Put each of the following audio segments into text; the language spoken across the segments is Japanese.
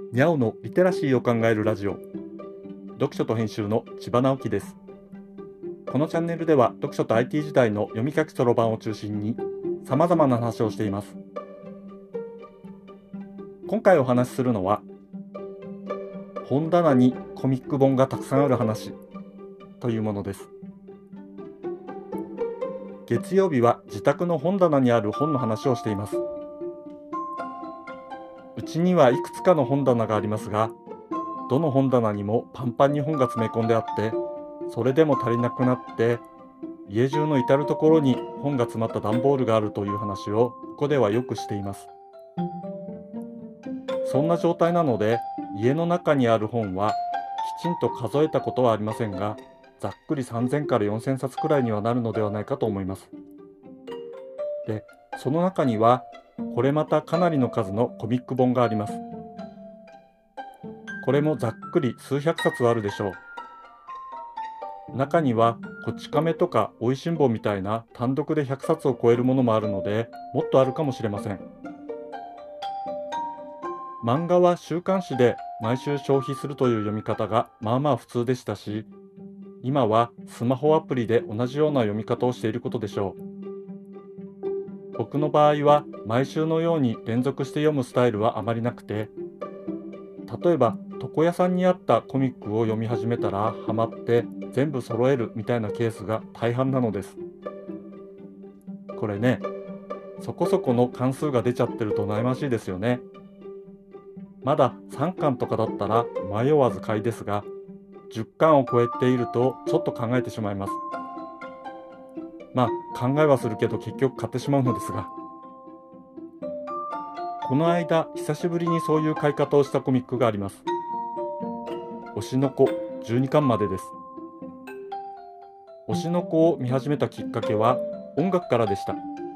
にゃおのリテラシーを考えるラジオ、読書と編集の千葉直樹です。このチャンネルでは読書と IT 時代の読み書きそろばんを中心に様々な話をしています。今回お話しするのは、本棚にコミック本がたくさんある話というものです。月曜日は自宅の本棚にある本の話をしています。うちにはいくつかの本棚がありますが、どの本棚にもパンパンに本が詰め込んであって、それでも足りなくなって家中の至るところに本が詰まった段ボールがあるという話をここではよくしています。そんな状態なので、家の中にある本はきちんと数えたことはありませんが、ざっくり3000から4000冊くらいにはなるのではないかと思います。で、その中にはこれまたかなりの数のコミック本があります。これもざっくり数百冊はあるでしょう。中にはこち亀とかおいしんぼみたいな単独で100冊を超えるものもあるので、もっとあるかもしれません。漫画は週刊誌で毎週消費するという読み方がまあまあ普通でしたし、今はスマホアプリで同じような読み方をしていることでしょう。僕の場合は毎週のように連続して読むスタイルはあまりなくて、例えば床屋さんにあったコミックを読み始めたらハマって全部揃えるみたいなケースが大半なのです。これね、そこそこの関数が出ちゃってると悩ましいですよね。まだ3巻とかだったら迷わず買いですが、10巻を超えているとちょっと考えてしまいます。まあ考えはするけど結局買ってしまうのですが、この間久しぶりにそういう買い方をしたコミックがあります。推しの子12巻までです。推しの子を見始めたきっかけは音楽からでした。以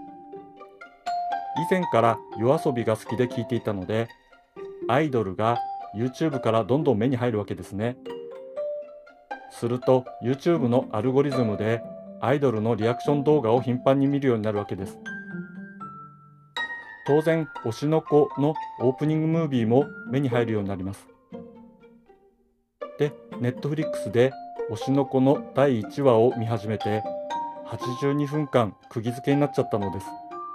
前から夜遊びが好きで聴いていたので、アイドルが YouTube からどんどん目に入るわけですね。すると YouTube のアルゴリズムでアイドルのリアクション動画を頻繁に見るようになるわけです。当然推しの子のオープニングムービーも目に入るようになります。で、Netflix で推しの子の第1話を見始めて82分間釘付けになっちゃったのです。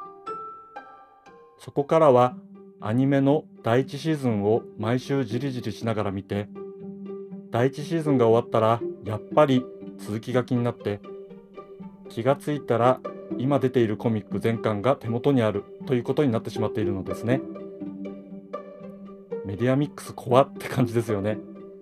そこからはアニメの第1シーズンを毎週じりじりしながら見て、第1シーズンが終わったらやっぱり続きが気になって、気がついたら今出ているコミック全巻が手元にあるということになってしまっているのですね。メディアミックス怖って感じですよね。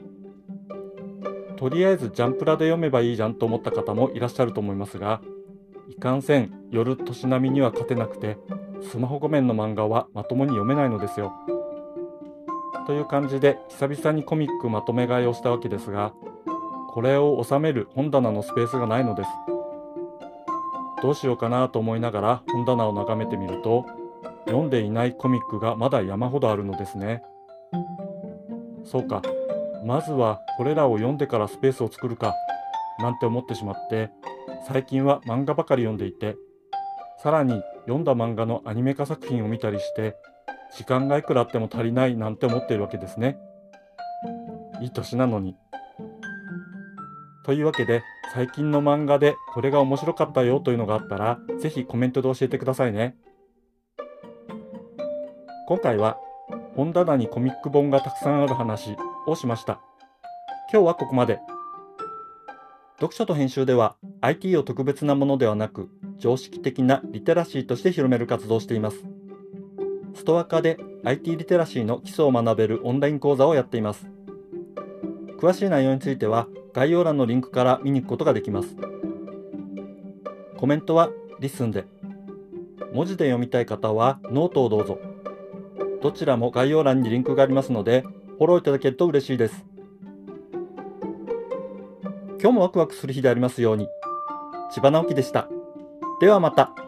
とりあえずジャンプラで読めばいいじゃんと思った方もいらっしゃると思いますが、いかんせん夜年並みには勝てなくて、スマホ画面の漫画はまともに読めないのですよ。という感じで久々にコミックまとめ買いをしたわけですが、これを収める本棚のスペースがないのです。どうしようかなと思いながら本棚を眺めてみると、読んでいないコミックがまだ山ほどあるのですね。そうか、まずはこれらを読んでからスペースを作るかなんて思ってしまって、最近は漫画ばかり読んでいて、さらに読んだ漫画のアニメ化作品を見たりして、時間がいくらあっても足りないなんて思っているわけですね。いい年なのに。というわけで、最近の漫画でこれが面白かったよというのがあったら、ぜひコメントで教えてくださいね。今回は本棚にコミック本がたくさんある話をしました。今日はここまで。読書と編集では IT を特別なものではなく、常識的なリテラシーとして広める活動をしています。ストア化で IT リテラシーの基礎を学べるオンライン講座をやっています。詳しい内容については概要欄のリンクから見に行くことができます。コメントはリスンで、文字で読みたい方はノートをどうぞ。どちらも概要欄にリンクがありますので、フォローいただけると嬉しいです。今日もワクワクする日でありますように。千葉直樹でした。ではまた。